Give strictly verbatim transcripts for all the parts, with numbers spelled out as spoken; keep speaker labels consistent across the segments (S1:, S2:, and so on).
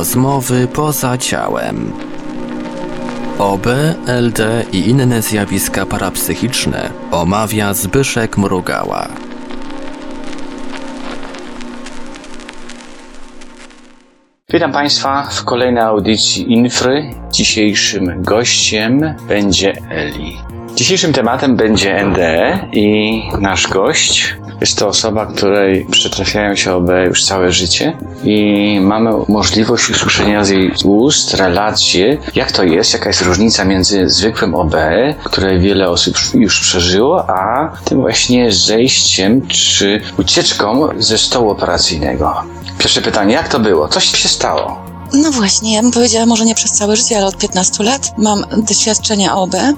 S1: Rozmowy poza ciałem. O B, L D i inne zjawiska parapsychiczne omawia Zbyszek Mrugała.
S2: Witam Państwa w kolejnej audycji Infry. Dzisiejszym gościem będzie Eli. Dzisiejszym tematem będzie N D E i nasz gość jest to osoba, której przytrafiają się O B już całe życie i mamy możliwość usłyszenia z jej ust relacje, jak to jest, jaka jest różnica między zwykłym O B, które wiele osób już przeżyło, a tym właśnie zejściem czy ucieczką ze stołu operacyjnego. Pierwsze pytanie, jak to było? Co się stało?
S3: No właśnie, ja bym powiedziała może nie przez całe życie, ale od piętnastu lat mam doświadczenia O B.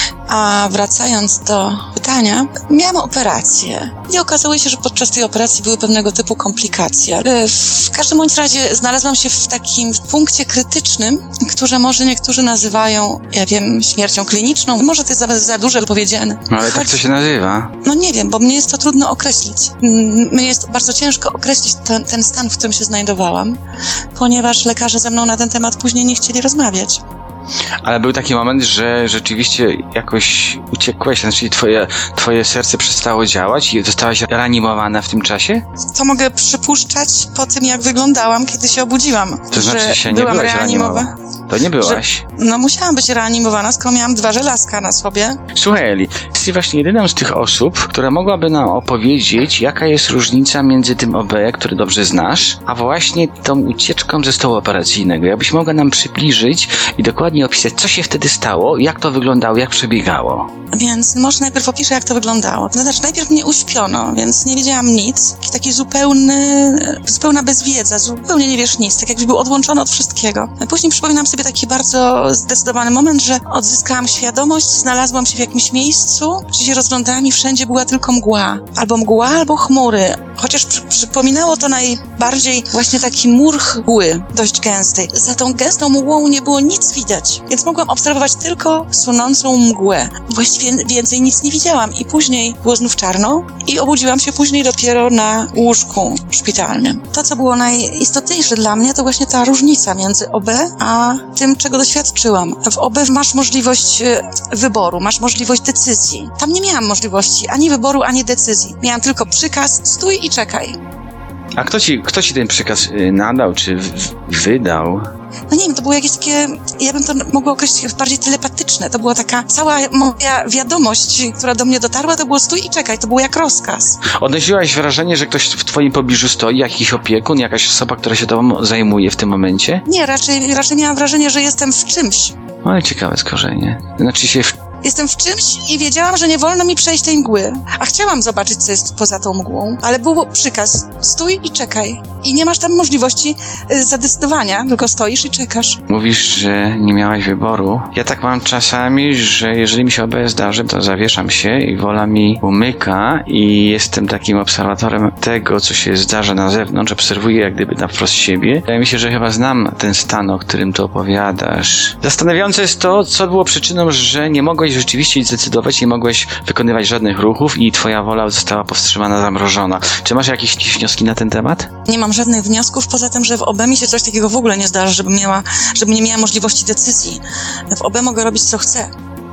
S3: A wracając do pytania, miałam operację i okazało się, że podczas tej operacji były pewnego typu komplikacje. W każdym bądź razie znalazłam się w takim punkcie krytycznym, które może niektórzy nazywają, ja wiem, śmiercią kliniczną. Może to jest za, za duże powiedziane.
S2: No ale Choć, tak to się nazywa?
S3: No nie wiem, bo mnie jest to trudno określić. Mnie jest bardzo ciężko określić ten, ten stan, w którym się znajdowałam, ponieważ lekarze ze mną na ten temat później nie chcieli rozmawiać.
S2: Ale był taki moment, że rzeczywiście jakoś uciekłeś, znaczy twoje, twoje serce przestało działać i zostałaś reanimowana w tym czasie?
S3: To mogę przypuszczać po tym, jak wyglądałam, kiedy się obudziłam.
S2: To znaczy, że się nie byłaś reanimowana? To nie byłaś?
S3: Że, no musiałam być reanimowana, skoro miałam dwa żelazka na sobie.
S2: Słuchaj Eli, jesteś właśnie jedyną z tych osób, która mogłaby nam opowiedzieć, jaka jest różnica między tym O B, który dobrze znasz, a właśnie tą ucieczką ze stołu operacyjnego. Jakbyś mogła nam przybliżyć i dokładnie opisać, co się wtedy stało, jak to wyglądało, jak przebiegało.
S3: Więc może najpierw opiszę, jak to wyglądało. To znaczy, najpierw mnie uśpiono, więc nie wiedziałam nic. Taki zupełny, zupełna bezwiedza, zupełnie nie wiesz nic, tak jakby był odłączony od wszystkiego. Później przypominam sobie taki bardzo zdecydowany moment, że odzyskałam świadomość, znalazłam się w jakimś miejscu, gdzie się rozglądałam i wszędzie była tylko mgła. Albo mgła, albo chmury. Chociaż przy, przypominało to najbardziej właśnie taki mur mgły, dość gęstej. Za tą gęstą mgłą nie było nic widać, więc mogłam obserwować tylko sunącą mgłę. Właściwie więcej nic nie widziałam i później było znów czarno i obudziłam się później dopiero na łóżku szpitalnym. To, co było najistotniejsze dla mnie, to właśnie ta różnica między O B a tym, czego doświadczyłam. W O B masz możliwość wyboru, masz możliwość decyzji. Tam nie miałam możliwości ani wyboru, ani decyzji. Miałam tylko przykaz, stój i czekaj.
S2: A kto ci, kto ci ten przykaz nadał, czy w- wydał?
S3: No nie wiem, to było jakieś takie, ja bym to mogła określić bardziej telepatyczne. To była taka cała moja wiadomość, która do mnie dotarła, to było stój i czekaj, to było jak rozkaz.
S2: Odnosiłaś wrażenie, że ktoś w twoim pobliżu stoi, jakiś opiekun, jakaś osoba, która się tobą zajmuje w tym momencie?
S3: Nie, raczej, raczej miałam wrażenie, że jestem w czymś.
S2: Ale ciekawe skorzenie. Znaczy się... W...
S3: Jestem w czymś i wiedziałam, że nie wolno mi przejść tej mgły. A chciałam zobaczyć, co jest poza tą mgłą. Ale był przykaz, stój i czekaj. I nie masz tam możliwości y, zadecydowania, tylko stoisz i czekasz.
S2: Mówisz, że nie miałaś wyboru. Ja tak mam czasami, że jeżeli mi się O B zdarzy, to zawieszam się i wola mi umyka i jestem takim obserwatorem tego, co się zdarza na zewnątrz. Obserwuję jak gdyby na wprost siebie. Wydaje mi się, że chyba znam ten stan, o którym tu opowiadasz. Zastanawiające jest to, co było przyczyną, że nie mogłeś rzeczywiście zdecydować, nie mogłeś wykonywać żadnych ruchów i twoja wola została powstrzymana, zamrożona. Czy masz jakieś wnioski na ten temat?
S3: Nie mam żadnych wniosków, poza tym, że w O B mi się coś takiego w ogóle nie zdarza, żebym miała, żebym nie miała możliwości decyzji. W O B mogę robić, co chcę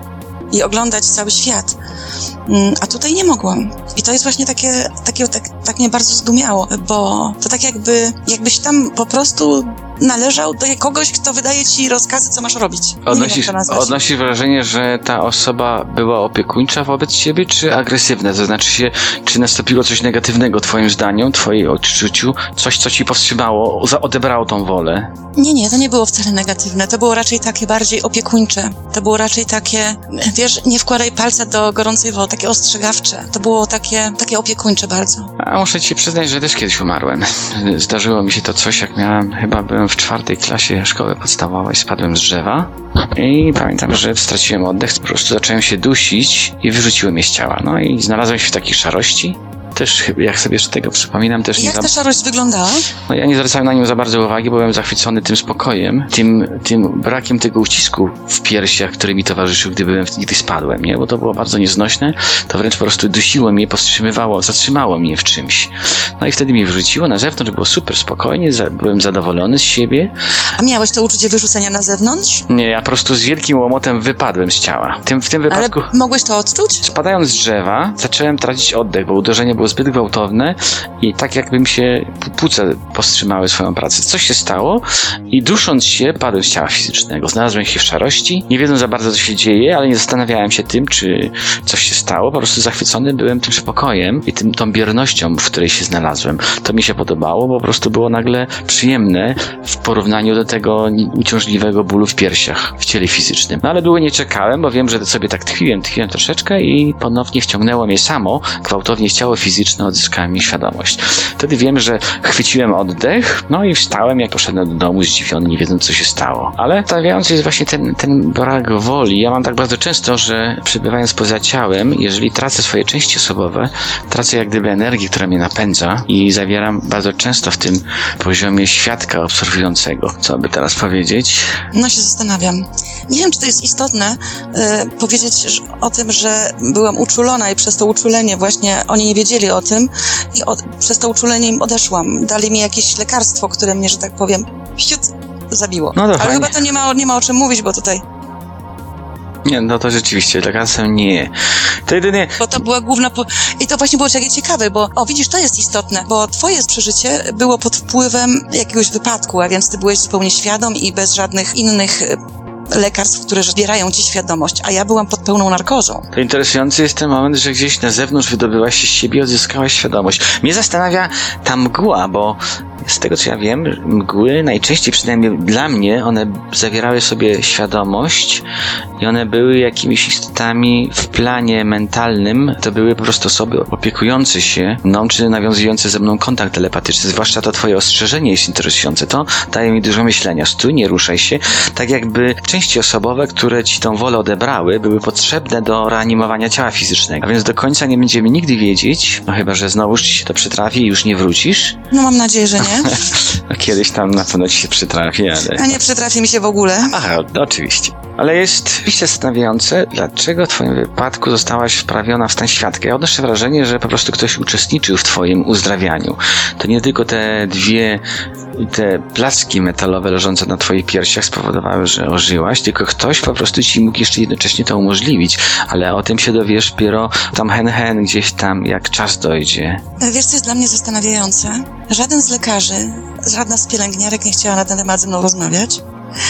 S3: i oglądać cały świat. A tutaj nie mogłam. I to jest właśnie takie, takie tak, tak mnie bardzo zdumiało, bo to tak jakby, jakbyś tam po prostu należał do kogoś, kto wydaje ci rozkazy, co masz robić.
S2: Odnosisz, odnosisz wrażenie, że ta osoba była opiekuńcza wobec ciebie, czy agresywna? To znaczy się, czy nastąpiło coś negatywnego twoim zdaniem, twojej odczuciu, coś, co ci powstrzymało, odebrało tą wolę?
S3: Nie, nie, to nie było wcale negatywne. To było raczej takie bardziej opiekuńcze. To było raczej takie, wiesz, nie wkładaj palca do gorącej wody, takie ostrzegawcze. To było takie, takie opiekuńcze bardzo.
S2: A muszę ci przyznać, że też kiedyś umarłem. Zdarzyło mi się to coś, jak miałem, chyba byłem w czwartej klasie szkoły podstawowej, spadłem z drzewa i pamiętam, że straciłem oddech, po prostu zacząłem się dusić i wyrzuciły mnie z ciała. No i znalazłem się w takiej szarości. też, jak sobie z tego przypominam, też nie...
S3: Jak
S2: za...
S3: ta szarość wyglądała?
S2: No ja nie zwracałem na nią za bardzo uwagi, byłem zachwycony tym spokojem, tym, tym brakiem tego ucisku w piersiach, który mi towarzyszył, gdy byłem, gdy spadłem, nie? Bo to było bardzo nieznośne, to wręcz po prostu dusiło mnie, powstrzymywało, zatrzymało mnie w czymś. No i wtedy mnie wyrzuciło na zewnątrz, było super spokojnie, za, byłem zadowolony z siebie.
S3: A miałeś to uczucie wyrzucenia na zewnątrz?
S2: Nie, ja po prostu z wielkim łomotem wypadłem z ciała. Tym, w tym wypadku...
S3: Ale mogłeś to odczuć?
S2: Spadając z drzewa, zacząłem tracić oddech, bo uderzenie było zbyt gwałtowne i tak jakbym się płuca powstrzymały swoją pracę. Coś się stało i dusząc się, padłem z ciała fizycznego. Znalazłem się w szarości, nie wiedząc za bardzo, co się dzieje, ale nie zastanawiałem się tym, czy coś się stało. Po prostu zachwycony byłem tym spokojem i tym, tą biernością, w której się znalazłem. To mi się podobało, bo po prostu było nagle przyjemne w porównaniu do tego uciążliwego bólu w piersiach, w ciele fizycznym. No ale długo nie czekałem, bo wiem, że sobie tak tkwiłem, tkwiłem troszeczkę i ponownie wciągnęło mnie samo, gwałtownie ciało fizyczne, odzyskałem mi świadomość. Wtedy wiem, że chwyciłem oddech, no i wstałem, jak poszedłem do domu zdziwiony, nie wiedząc, co się stało. Ale stawiający jest właśnie ten, ten brak woli. Ja mam tak bardzo często, że przebywając poza ciałem, jeżeli tracę swoje części osobowe, tracę jak gdyby energię, która mnie napędza i zawieram bardzo często w tym poziomie świadka obserwującego. Co by teraz powiedzieć?
S3: No się zastanawiam. Nie wiem, czy to jest istotne y, powiedzieć że, o tym, że byłam uczulona i przez to uczulenie właśnie oni nie wiedzieli o tym i od, przez to uczulenie im odeszłam. Dali mi jakieś lekarstwo, które mnie, że tak powiem, siut, zabiło.
S2: No to
S3: Ale
S2: fajnie.
S3: chyba to nie ma, nie ma o czym mówić, bo tutaj...
S2: Nie, no to rzeczywiście, lekarzem nie. To jedynie...
S3: Bo to była główna... Po... I to właśnie było ciekawe, bo o, widzisz, to jest istotne, bo twoje przeżycie było pod wpływem jakiegoś wypadku, a więc ty byłeś zupełnie świadom i bez żadnych innych lekarstw, które zbierają ci świadomość, a ja byłam pod pełną narkozą.
S2: To interesujący jest ten moment, że gdzieś na zewnątrz wydobyłaś się z siebie i odzyskałaś świadomość. Mnie zastanawia ta mgła, bo z tego co ja wiem, mgły najczęściej, przynajmniej dla mnie, one zawierały sobie świadomość i one były jakimiś istotami w planie mentalnym. To były po prostu osoby opiekujące się mną, czy nawiązujące ze mną kontakt telepatyczny. Zwłaszcza to twoje ostrzeżenie jest interesujące. To daje mi dużo myślenia. Stój, nie ruszaj się. Tak jakby części osobowe, które ci tą wolę odebrały, były potrzebne do reanimowania ciała fizycznego. A więc do końca nie będziemy nigdy wiedzieć, no chyba że znowuż ci się to przytrafi i już nie wrócisz.
S3: No mam nadzieję, że nie.
S2: No kiedyś tam na pewno ci się przytrafi, ale...
S3: A nie przytrafi mi się w ogóle.
S2: Aha, oczywiście. Ale jest oczywiście zastanawiające, dlaczego w twoim wypadku zostałaś wprawiona w stan świadka. Ja odnoszę wrażenie, że po prostu ktoś uczestniczył w twoim uzdrawianiu. To nie tylko te dwie te placki metalowe leżące na twoich piersiach spowodowały, że ożyłaś, tylko ktoś po prostu ci mógł jeszcze jednocześnie to umożliwić. Ale o tym się dowiesz dopiero tam hen hen gdzieś tam, jak czas dojdzie.
S3: Wiesz, co jest dla mnie zastanawiające? Żaden z lekarzy, żadna z pielęgniarek nie chciała na ten temat ze mną rozmawiać.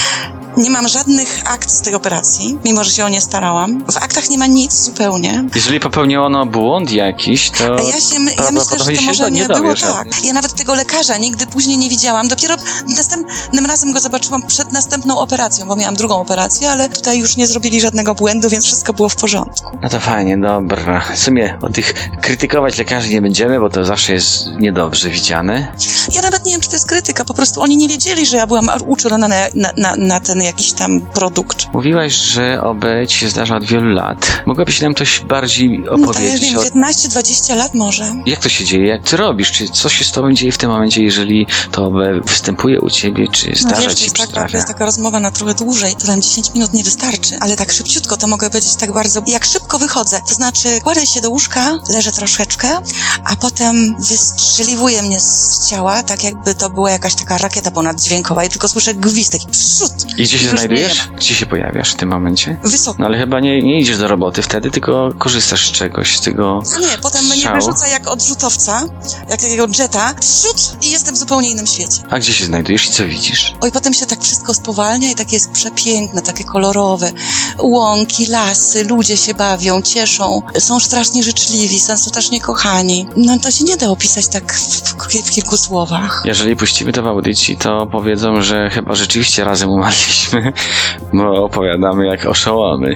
S3: Nie mam żadnych akt z tej operacji, mimo że się o nie starałam. W aktach nie ma nic zupełnie.
S2: Jeżeli popełniono błąd jakiś, to...
S3: A ja, się, ja myślę, że to może nie było tak. Ja nawet tego lekarza nigdy później nie widziałam. Dopiero następnym razem go zobaczyłam przed następną operacją, bo miałam drugą operację, ale tutaj już nie zrobili żadnego błędu, więc wszystko było w porządku.
S2: No to fajnie, dobra. W sumie o tych krytykować lekarzy nie będziemy, bo to zawsze jest niedobrze widziane.
S3: Ja nawet nie wiem, czy to jest krytyka. Po prostu oni nie wiedzieli, że ja byłam uczulona na, na, na, na ten jakiś tam produkt.
S2: Mówiłaś, że O B ci się zdarza od wielu lat. Mogłabyś nam coś bardziej opowiedzieć?
S3: No, piętnaście dwadzieścia lat może. Jak
S2: to się dzieje? Jak ty robisz? Czy co się z tobą dzieje w tym momencie, jeżeli to O B występuje u ciebie, czy zdarza
S3: no, wiesz,
S2: ci
S3: jest
S2: przytrafia?
S3: taka, to jest taka rozmowa na trochę dłużej, to tam dziesięć minut nie wystarczy, ale tak szybciutko to mogę powiedzieć tak bardzo, jak szybko wychodzę, to znaczy kładę się do łóżka, leżę troszeczkę, a potem wystrzeliwuje mnie z ciała, tak jakby to była jakaś taka rakieta ponaddźwiękowa i tylko słyszę gwizdek i przód.
S2: I gdzie się znajdujesz? Gdzie się pojawiasz w tym momencie?
S3: Wysoko.
S2: No ale chyba nie, nie idziesz do roboty wtedy, tylko korzystasz z czegoś, z tego
S3: A nie, potem mnie
S2: strzału.
S3: wyrzuca jak odrzutowca, jak takiego jeta, przód i jestem w zupełnie innym świecie.
S2: A gdzie się znajdujesz i co widzisz?
S3: Oj, potem się tak wszystko spowalnia i takie jest przepiękne, takie kolorowe. Łąki, lasy, ludzie się bawią, cieszą, są strasznie życzliwi, są strasznie kochani. No to się nie da opisać tak w, w kilku słowach.
S2: Jeżeli puścimy to w audycji, to powiedzą, że chyba rzeczywiście razem umarliśmy, bo opowiadamy jak oszołomy.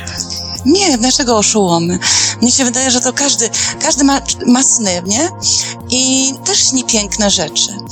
S3: Nie, dlaczego oszołomy? Mnie się wydaje, że to każdy, każdy ma, ma sny, nie? I też śni piękne rzeczy.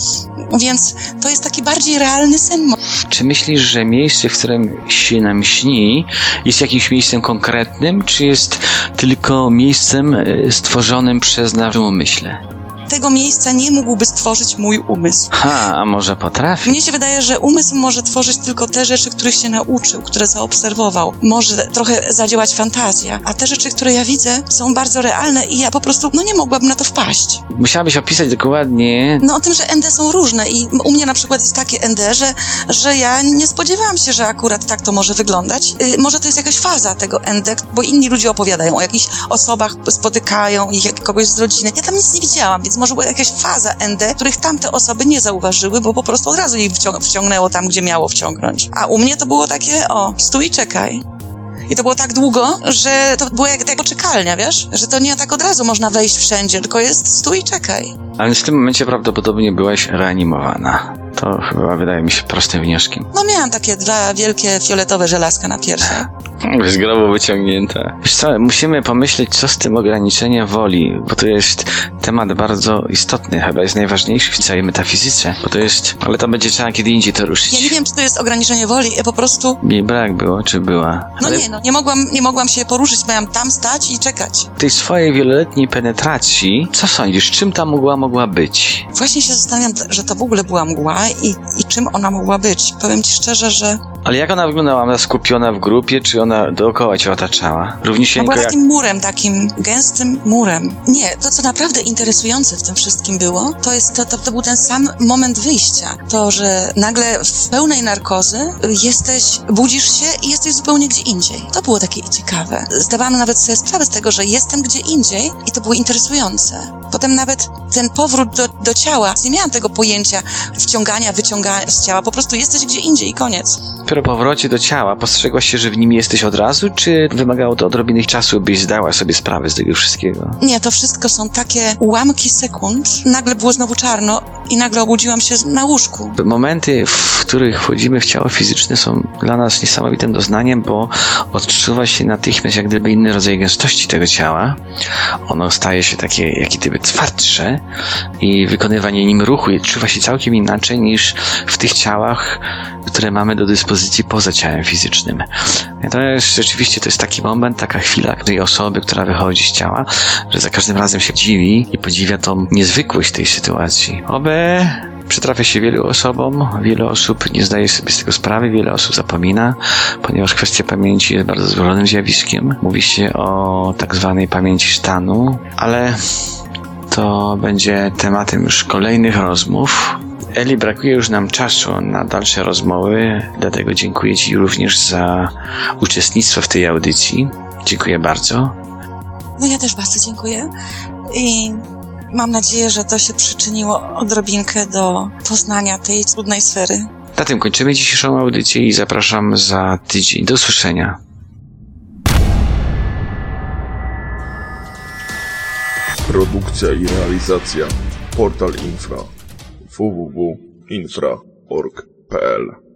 S3: Więc to jest taki bardziej realny sen.
S2: Czy myślisz, że miejsce, w którym się nam śni, jest jakimś miejscem konkretnym, czy jest tylko miejscem stworzonym przez naszą umyśle?
S3: Tego miejsca nie mógłby stworzyć mój umysł.
S2: Ha, a może potrafi?
S3: Mnie się wydaje, że umysł może tworzyć tylko te rzeczy, których się nauczył, które zaobserwował. Może trochę zadziałać fantazja, a te rzeczy, które ja widzę, są bardzo realne i ja po prostu, no nie mogłabym na to wpaść.
S2: Musiałabyś opisać dokładnie...
S3: No o tym, że N D są różne i u mnie na przykład jest takie N D, że, że ja nie spodziewałam się, że akurat tak to może wyglądać. Yy, może to jest jakaś faza tego N D, bo inni ludzie opowiadają o jakichś osobach, spotykają ich, jak kogoś z rodziny. Ja tam nic nie widziałam, więc może była jakaś faza N D, których tamte osoby nie zauważyły, bo po prostu od razu jej wciąg- wciągnęło tam, gdzie miało wciągnąć. A u mnie to było takie, o, stój i czekaj. I to było tak długo, że to było jak, jak poczekalnia, wiesz? Że to nie tak od razu można wejść wszędzie, tylko jest stój i czekaj.
S2: Ale w tym momencie prawdopodobnie byłaś reanimowana. To chyba wydaje mi się prostym wnioskiem.
S3: No miałam takie dwa wielkie fioletowe żelazka na piersiach.
S2: Z grobu wyciągnięte. Wiesz co, musimy pomyśleć, co z tym ograniczeniem woli, bo to jest temat bardzo istotny, chyba jest najważniejszy w całej metafizyce, bo to jest, ale to będzie trzeba kiedy indziej to ruszyć.
S3: Ja nie wiem, czy to jest ograniczenie woli, ja po prostu...
S2: Jej brak było, czy była?
S3: No
S2: ale
S3: nie, no nie mogłam, nie mogłam się poruszyć, miałam tam stać i czekać.
S2: tej swojej wieloletniej penetracji, co sądzisz, czym ta mgła mogła być?
S3: Właśnie się zastanawiam, że to w ogóle była mgła i, i czym ona mogła być. Powiem ci szczerze, że...
S2: Ale jak ona wyglądała? Ona skupiona w grupie, czy ona dookoła cię otaczała? Równisieńko
S3: była
S2: jak...
S3: takim murem, takim gęstym murem. Nie, to co naprawdę interesujące w tym wszystkim było, to jest to, to, to był ten sam moment wyjścia. To, że nagle w pełnej narkozy jesteś, budzisz się i jesteś zupełnie gdzie indziej. To było takie ciekawe. Zdawałam nawet sobie sprawę z tego, że jestem gdzie indziej i to było interesujące. Potem nawet ten powrót do, do ciała, nie miałam tego pojęcia wciągania, wyciągania z ciała, po prostu jesteś gdzie indziej i koniec.
S2: Po powrocie do ciała postrzegłaś się, że w nim jesteś od razu, czy wymagało to odrobiny czasu, byś zdała sobie sprawę z tego wszystkiego?
S3: Nie, to wszystko są takie ułamki sekund. Nagle było znowu czarno i nagle obudziłam się na łóżku.
S2: Momenty, w których wchodzimy w ciało fizyczne, są dla nas niesamowitym doznaniem, bo odczuwa się natychmiast jak gdyby inny rodzaj gęstości tego ciała. Ono staje się takie, jak gdyby twardsze i wykonywanie nim ruchu odczuwa się całkiem inaczej niż w tych ciałach, które mamy do dyspozycji poza ciałem fizycznym. I to jest rzeczywiście, to jest taki moment, taka chwila tej osoby, która wychodzi z ciała, że za każdym razem się dziwi i podziwia tą niezwykłość tej sytuacji. Oby przytrafia się wielu osobom, wiele osób nie zdaje sobie z tego sprawy, wiele osób zapomina, ponieważ kwestia pamięci jest bardzo złożonym zjawiskiem. Mówi się o tak zwanej pamięci stanu, ale to będzie tematem już kolejnych rozmów. Eli, brakuje już nam czasu na dalsze rozmowy, dlatego dziękuję Ci również za uczestnictwo w tej audycji. Dziękuję bardzo.
S3: No ja też bardzo dziękuję i mam nadzieję, że to się przyczyniło odrobinkę do poznania tej trudnej sfery.
S2: Na tym kończymy dzisiejszą audycję i zapraszam za tydzień. Do usłyszenia.
S4: Produkcja i realizacja Portal Infra w w w kropka infra kropka org kropka p l